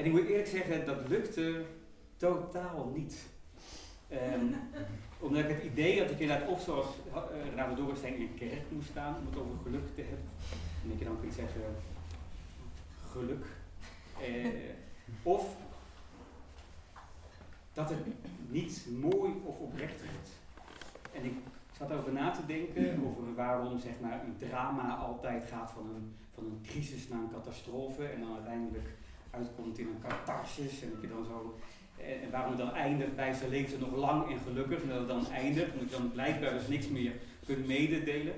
ik moet eerlijk zeggen, dat lukte totaal niet. Omdat ik het idee had dat ik inderdaad of zoals Renato Dorrestein in een kerk moest staan om het over geluk te hebben. En dat je dan kunt zeggen, geluk. Of dat het niet mooi of oprecht wordt. En ik zat over na te denken over waarom zeg maar, een drama altijd gaat van een crisis naar een catastrofe en dan uiteindelijk uitkomt in een catharsis en dat je dan zo. En waarom het dan eindigt bij zijn leven nog lang en gelukkig en dat het dan eindigt, omdat je dan blijkbaar dus niks meer kunt mededelen.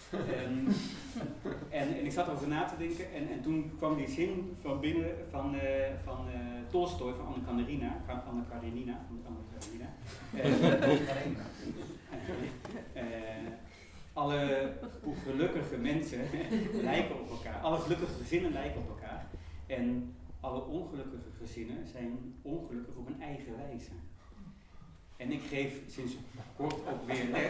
En ik zat erover na te denken en toen kwam die zin van binnen van Tolstoj, van Anna Karenina. Alle gelukkige mensen lijken op elkaar, alle gelukkige gezinnen lijken op elkaar. En alle ongelukkige gezinnen zijn ongelukkig op hun eigen wijze. En ik geef sinds kort ook weer les.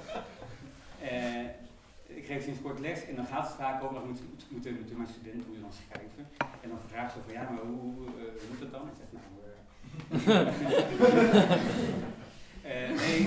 Ik geef sinds kort les en dan gaat het vaak over, moeten mijn studenten dan schrijven. En dan vragen ze van ja, maar hoe moet dat dan? Ik zeg nou, nee,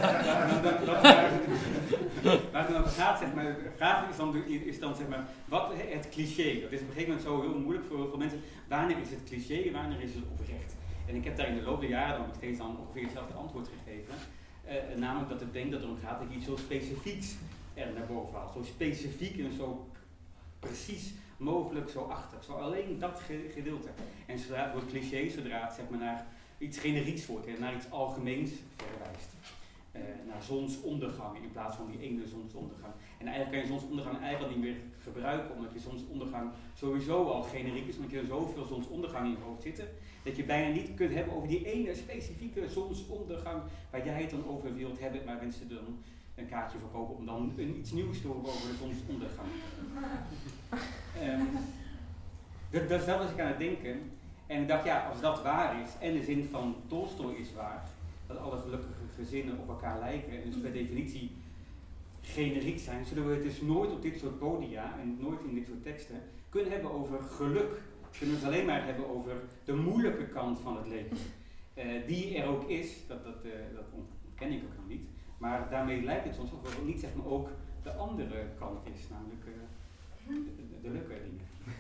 waar het over gaat, zeg maar, de vraag is dan zeg maar, wat het cliché. Dat is op een gegeven moment zo heel moeilijk voor heel veel mensen. Wanneer is het cliché en wanneer is het oprecht? En ik heb daar in de loop der jaren dan nog steeds dan ongeveer hetzelfde antwoord gegeven. Namelijk dat ik denk dat het erom gaat dat je iets zo specifieks er naar boven haalt. Zo specifiek en zo precies mogelijk zo achter. Zo alleen dat gedeelte. En zodra het wordt cliché, zodra het zeg maar naar iets generieks wordt, naar iets algemeens verwijst. Naar zonsondergang in plaats van die ene zonsondergang. En eigenlijk kan je zonsondergang eigenlijk al niet meer gebruiken, omdat je zonsondergang sowieso al generiek is, omdat je er zoveel zonsondergang in je hoofd zitten, dat je bijna niet kunt hebben over die ene specifieke zonsondergang waar jij het dan over wilt hebben, maar mensen dan een kaartje verkopen om dan iets nieuws te horen over de zonsondergang. Dus dat was ik aan het denken. En ik dacht, ja, als dat waar is, en de zin van Tolstoj is waar, dat alle gelukkige gezinnen op elkaar lijken en dus per definitie generiek zijn, zullen we het dus nooit op dit soort podia en nooit in dit soort teksten kunnen hebben over geluk. We kunnen het alleen maar hebben over de moeilijke kant van het leven. Die er ook is, dat ontken ik ook nog niet, maar daarmee lijkt het soms of het niet zeg maar ook de andere kant is, namelijk de leuke dingen.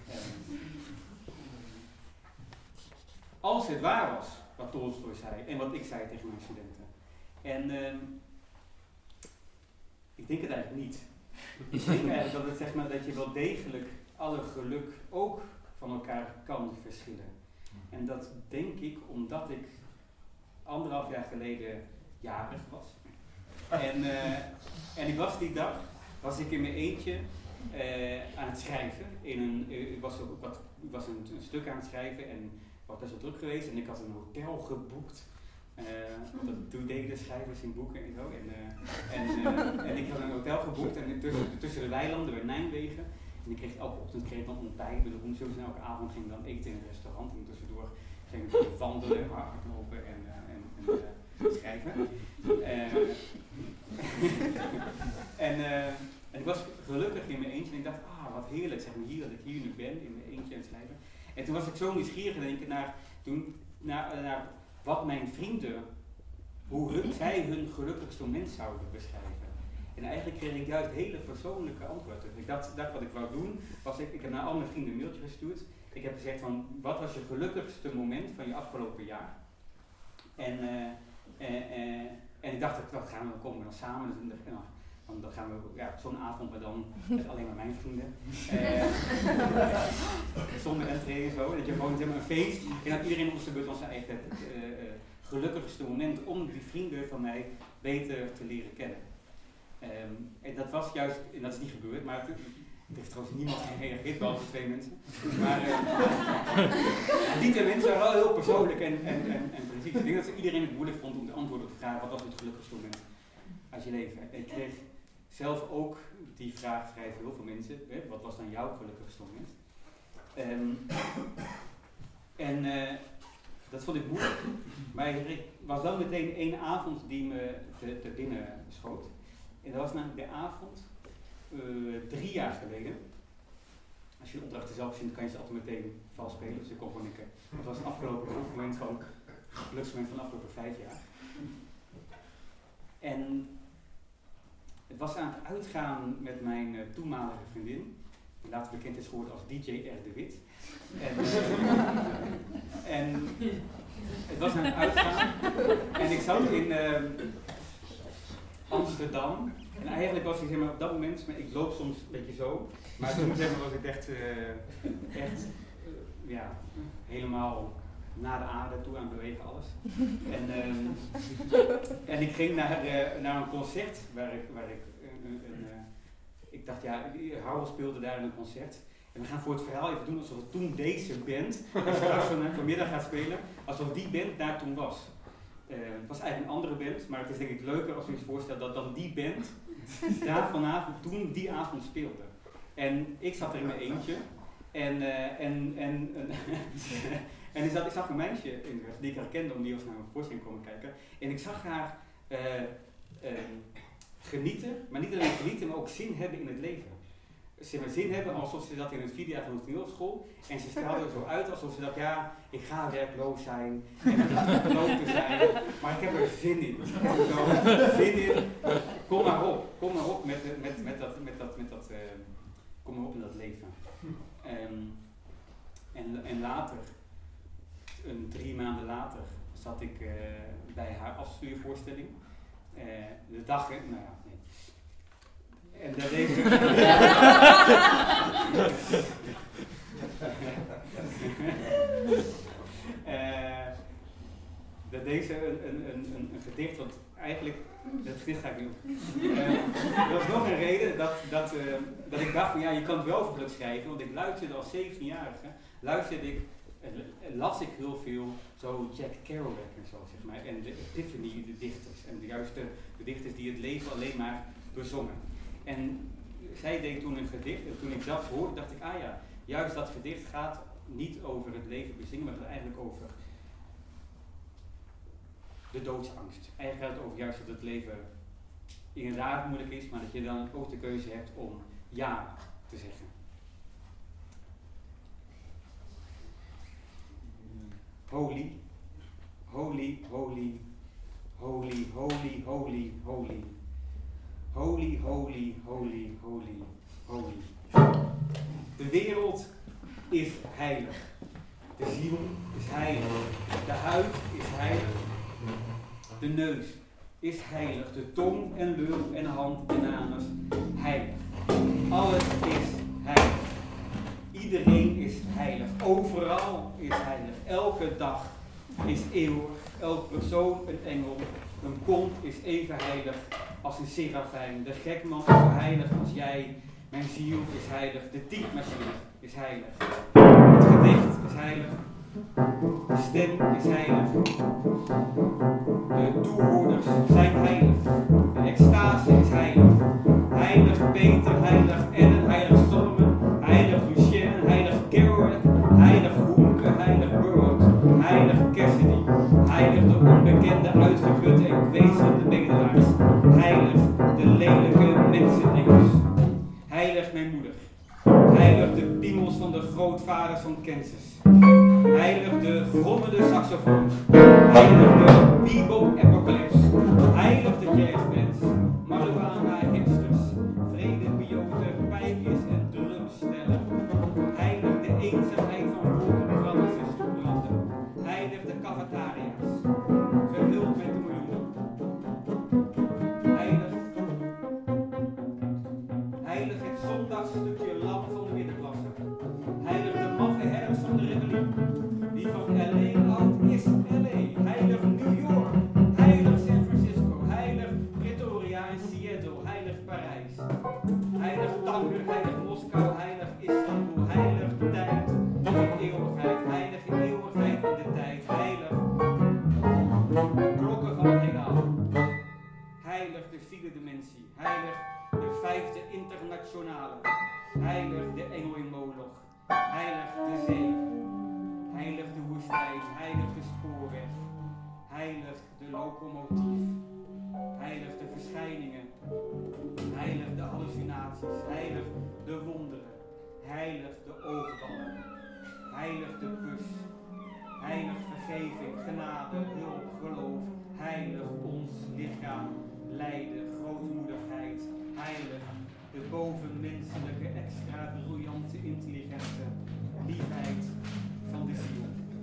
Als het waar was, wat Tolstoj zei en wat ik zei tegen mijn studenten. En ik denk het eigenlijk niet. Ik denk eigenlijk dat het zeg maar dat je wel degelijk alle geluk ook van elkaar kan verschillen. En dat denk ik omdat ik 1,5 jaar geleden jarig was. En ik was die dag, was ik in mijn eentje aan het schrijven. Ik was een stuk aan het schrijven en ik was best wel druk geweest en ik had een hotel geboekt. Dat deden schrijvers in boeken en zo. En ik had een hotel geboekt en tussen de weilanden bij Nijmegen. En ik kreeg elke ochtend dan ontbijt. Dus om zo elke avond ging ik dan eten in een restaurant. En tussendoor ging ik wandelen, hardlopen en schrijven. En ik was gelukkig in mijn eentje en ik dacht, wat heerlijk, zeg maar hier dat ik hier nu ben, in mijn eentje aan het schrijven. En toen was ik zo nieuwsgierig denken naar wat mijn vrienden, hoe zij hun gelukkigste moment zouden beschrijven. En eigenlijk kreeg ik juist hele persoonlijke antwoorden. Ik dacht wat ik wou doen, was ik heb naar al mijn vrienden een mailtje gestuurd. Ik heb gezegd van, wat was je gelukkigste moment van je afgelopen jaar? En ik dacht, dat gaan we komen dan samen. Dan gaan we op zo'n avond, maar dan met alleen maar mijn vrienden. Zonder entree en zo. Dat je gewoon zeg maar, een feest. En dat iedereen op zijn beurt dan zijn eigen gelukkigste moment om die vrienden van mij beter te leren kennen. En dat was juist, en dat is niet gebeurd, maar het heeft trouwens niemand gereageerd, behalve 2 mensen. Maar die 2 mensen waren wel heel persoonlijk en precies. Ik denk dat iedereen het moeilijk vond om de antwoorden op te vragen, wat was het gelukkigste moment uit je leven? En ik kreeg zelf ook die vraag vrij veel van mensen, wat was dan jouw gelukkigste moment? Dat vond ik moeilijk, maar er was wel meteen 1 avond die me te binnen schoot. En dat was namelijk de avond, 3 jaar geleden, als je de opdrachten zelf ziet, kan je ze altijd meteen vals spelen. Dus ik kon gewoon denken, het was het afgelopen geluksmoment van de afgelopen 5 jaar. En het was aan het uitgaan met mijn toenmalige vriendin, die later bekend is geworden als DJ R. de Wit. En het was aan het uitgaan en ik zat in Amsterdam. En eigenlijk was ik zeg maar, op dat moment, maar ik loop soms een beetje zo, maar toen zeg maar, was ik echt helemaal naar de aarde toe aan het bewegen, alles. En ik ging naar een concert waar ik ik dacht, ja, Howell speelde daar in een concert. En we gaan voor het verhaal even doen alsof het toen deze band, die straks vanmiddag gaat spelen, alsof die band daar toen was. Het was eigenlijk een andere band, maar het is denk ik leuker als u zich voorstelt dat dan die band daar vanavond toen die avond speelde. En ik zat er in mijn eentje en ik zag een meisje in de weg die ik herkende omdat die was naar mijn voorstelling komen kijken. En ik zag haar genieten, maar niet alleen genieten, maar ook zin hebben in het leven. Ze hebben zin hebben alsof ze dat in het 4e jaar van de toneelschool en ze straalde er zo uit alsof ze dacht, ja, ik ga werkloos zijn en ik ga kloten zijn, maar ik heb er zin in. Kom maar op kom maar op in dat leven. En later, 3 maanden later, zat ik bij haar afstudeervoorstelling. De dag, nou ja, nee. En dat deze... dat deze een gedicht, want eigenlijk, dat gedicht ga ik niet op. Er was nog een reden dat ik dacht van ja, je kan het wel geluk schrijven, want ik luisterde als 17-jarige, las ik heel veel zo Jack Kerouac en zo, zeg maar, en de Epiphany, de dichters, en de dichters die het leven alleen maar doorzongen. En zij deed toen een gedicht, en toen ik dat hoorde, dacht ik, ah ja, juist dat gedicht gaat niet over het leven bezingen, maar het gaat eigenlijk over de doodsangst. Eigenlijk gaat het over juist dat het leven inderdaad moeilijk is, maar dat je dan ook de keuze hebt om ja te zeggen. Holy, holy, holy, holy, holy, holy, holy. Holy, holy, holy, holy, holy. De wereld is heilig. De ziel is heilig. De huid is heilig. De neus is heilig. De tong en lul en hand en anus heilig. Alles is heilig. Iedereen is heilig. Overal is heilig. Elke dag is eeuwig. Elk persoon een engel. Een kont is even heilig als een serafijn. De gekman is zo heilig als jij. Mijn ziel is heilig. De typemachine is heilig. Het gedicht is heilig. De stem is heilig. De toehoorders zijn heilig. De extase is heilig. Heilig Peter, heilig Ellen, heilig Solomon, heilig Lucien, heilig Kerouac, heilig Hoenke, heilig Burroughs, heilig Cassidy, heilig de onbekende, uitgeputte en kwezende bedelaars, heilig de lelijke mensenengels, heilig mijn moeder, heilig de piemels van de grootvaders van Kansas, heilig de grommende saxofoon, heilig de bebop apocalypse, heilig de jazzbands, marijuana hipsters, vrede bioten, pijpjes en drumstellen, heilig de eenzaamheid van wolkenbranders en stoelbranden, heilig de cafetaria's, gevuld met de miljoenen, heilig het zondagsstukje lam van de middenklasse, heilig de maffe herders van de rebellie, die van L.A. oud is L.A., heilig New York, heilig San Francisco, heilig Pretoria en Seattle, heilig Parijs, heilig Tanger, heilig Moskou, heilig Istanbul, heilig tijd in eeuwigheid, heilig in eeuwigheid in de tijd, heilig klokken van het heelal, heilig de 4e dimensie, heilig de 5e internationale, heilig de engel in Moloch, heilig de zee, heilig de woestijn, heilig de spoorweg, heilig de locomotief, heilig de verschijningen, heilig de hallucinaties, heilig de wonderen, heilig de overballen, heilig de kus, heilig vergeving, genade, hulp, geloof, heilig ons lichaam, lijden, grootmoedigheid, heilig de bovenmenselijke, extra briljante, intelligente liefheid van de ziel.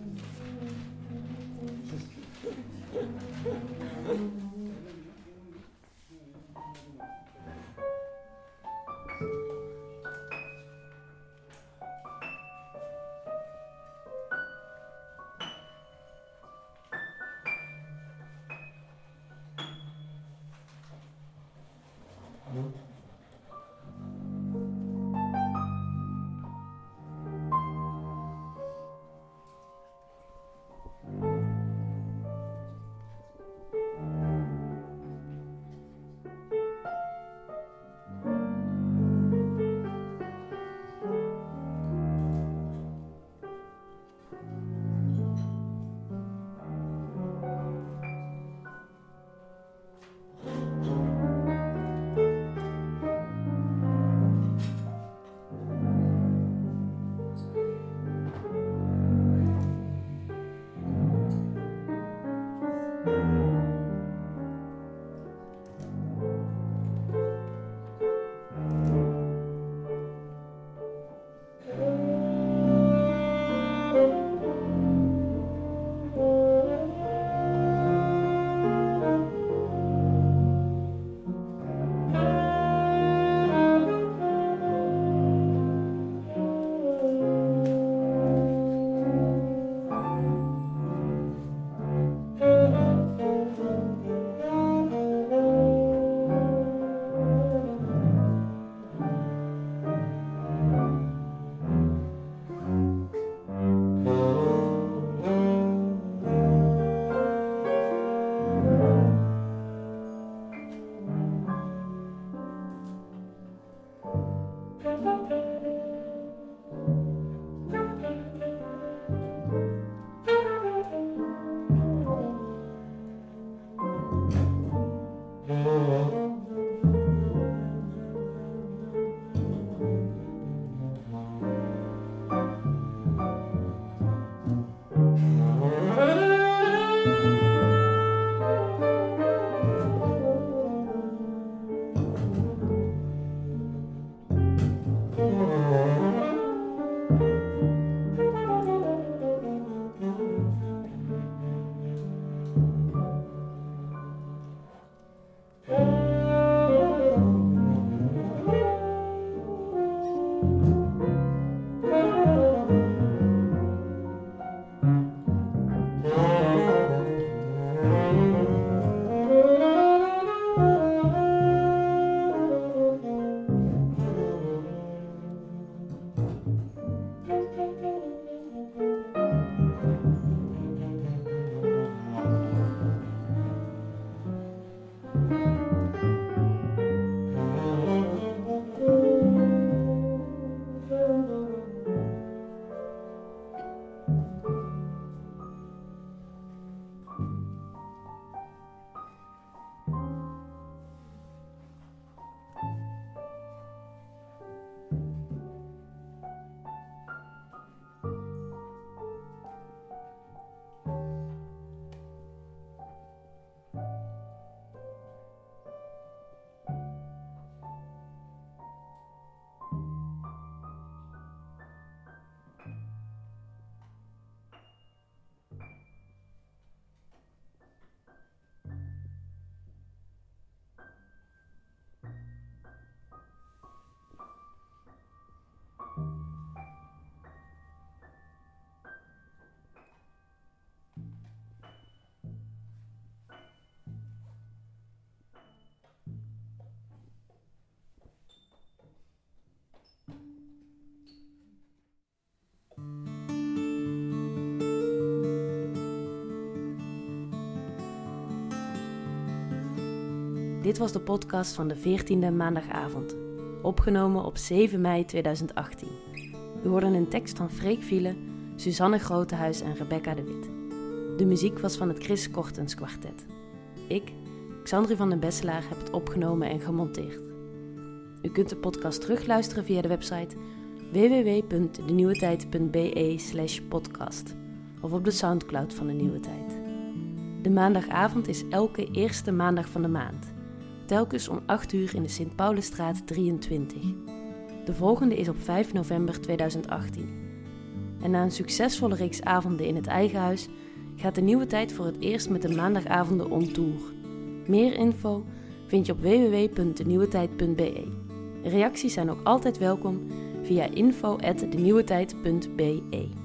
Dit was de podcast van de 14e maandagavond, opgenomen op 7 mei 2018. U hoorde een tekst van Freek Viele, Suzanne Grotehuis en Rebecca de Wit. De muziek was van het Chris Kortens Kwartet. Ik, Xandri van den Besselaar, heb het opgenomen en gemonteerd. U kunt de podcast terugluisteren via de website www.denieuwetijd.be/podcast of op de Soundcloud van De Nieuwe Tijd. De maandagavond is elke eerste maandag van de maand, telkens om 8 uur in de Sint-Paulusstraat 23. De volgende is op 5 november 2018. En na een succesvolle reeks avonden in het eigen huis gaat De Nieuwe Tijd voor het eerst met de maandagavonden on tour. Meer info vind je op www.denieuwetijd.be. Reacties zijn ook altijd welkom via info@denieuwetijd.be.